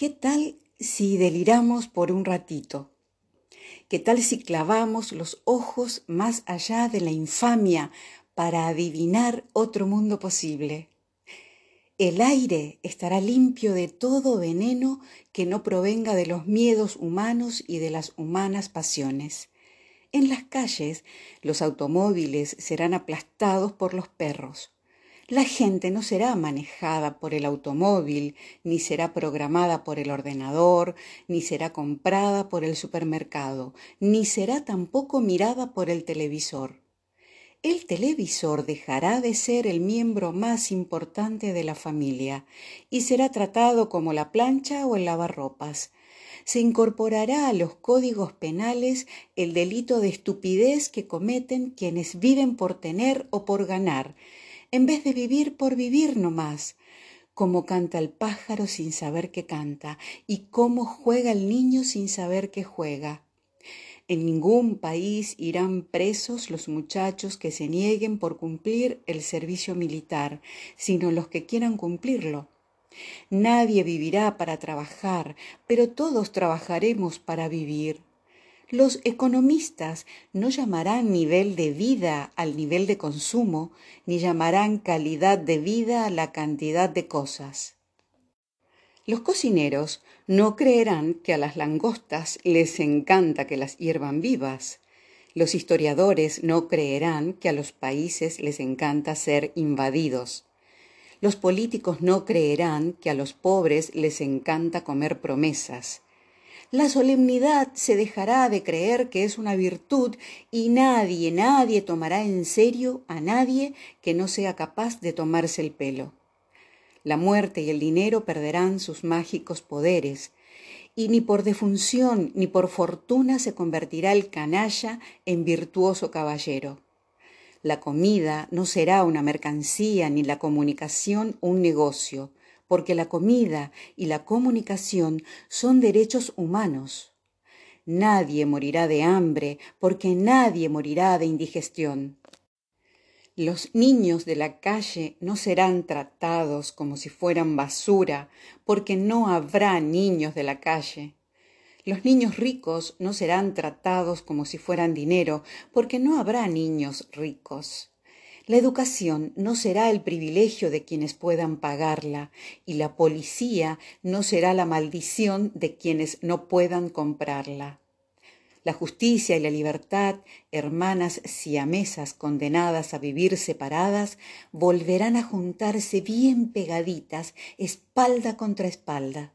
¿Qué tal si deliramos por un ratito? ¿Qué tal si clavamos los ojos más allá de la infamia para adivinar otro mundo posible? El aire estará limpio de todo veneno que no provenga de los miedos humanos y de las humanas pasiones. En las calles, los automóviles serán aplastados por los perros. La gente no será manejada por el automóvil, ni será programada por el ordenador, ni será comprada por el supermercado, ni será tampoco mirada por el televisor. El televisor dejará de ser el miembro más importante de la familia y será tratado como la plancha o el lavarropas. Se incorporará a los códigos penales el delito de estupidez que cometen quienes viven por tener o por ganar, en vez de vivir por vivir nomás, como canta el pájaro sin saber que canta y cómo juega el niño sin saber que juega. En ningún país irán presos los muchachos que se nieguen por cumplir el servicio militar, sino los que quieran cumplirlo. Nadie vivirá para trabajar, pero todos trabajaremos para vivir. Los economistas no llamarán nivel de vida al nivel de consumo, ni llamarán calidad de vida a la cantidad de cosas. Los cocineros no creerán que a las langostas les encanta que las hiervan vivas. Los historiadores no creerán que a los países les encanta ser invadidos. Los políticos no creerán que a los pobres les encanta comer promesas. La solemnidad se dejará de creer que es una virtud y nadie tomará en serio a nadie que no sea capaz de tomarse el pelo. La muerte y el dinero perderán sus mágicos poderes, y ni por defunción ni por fortuna se convertirá el canalla en virtuoso caballero. La comida no será una mercancía ni la comunicación un negocio, porque la comida y la comunicación son derechos humanos. Nadie morirá de hambre, porque nadie morirá de indigestión. Los niños de la calle no serán tratados como si fueran basura, porque no habrá niños de la calle. Los niños ricos no serán tratados como si fueran dinero, porque no habrá niños ricos. La educación no será el privilegio de quienes puedan pagarla, y la policía no será la maldición de quienes no puedan comprarla. La justicia y la libertad, hermanas siamesas condenadas a vivir separadas, volverán a juntarse bien pegaditas, espalda contra espalda.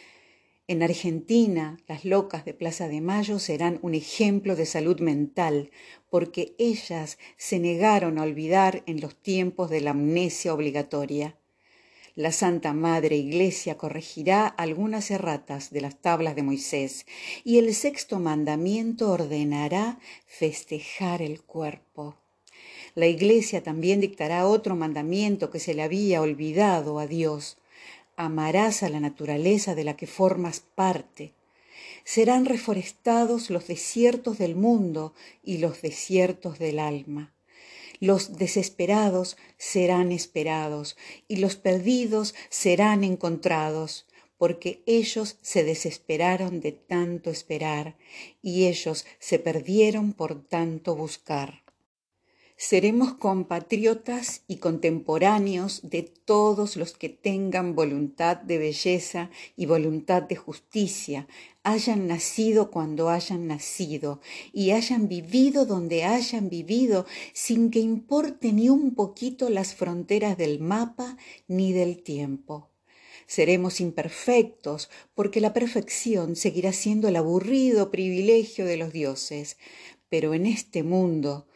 En Argentina, las locas de Plaza de Mayo serán un ejemplo de salud mental, porque ellas se negaron a olvidar en los tiempos de la amnesia obligatoria. La Santa Madre Iglesia corregirá algunas erratas de las tablas de Moisés, y el sexto mandamiento ordenará festejar el cuerpo. La Iglesia también dictará otro mandamiento que se le había olvidado a Dios: amarás a la naturaleza de la que formas parte. Serán reforestados los desiertos del mundo y los desiertos del alma. Los desesperados serán esperados y los perdidos serán encontrados, porque ellos se desesperaron de tanto esperar y ellos se perdieron por tanto buscar. Seremos compatriotas y contemporáneos de todos los que tengan voluntad de belleza y voluntad de justicia, hayan nacido cuando hayan nacido y hayan vivido donde hayan vivido, sin que importe ni un poquito las fronteras del mapa ni del tiempo. Seremos imperfectos, porque la perfección seguirá siendo el aburrido privilegio de los dioses, pero en este mundo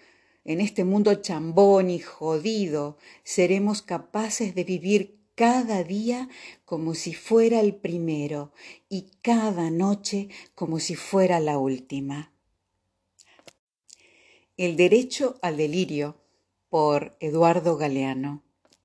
chambón y jodido, seremos capaces de vivir cada día como si fuera el primero y cada noche como si fuera la última. El derecho al delirio, por Eduardo Galeano.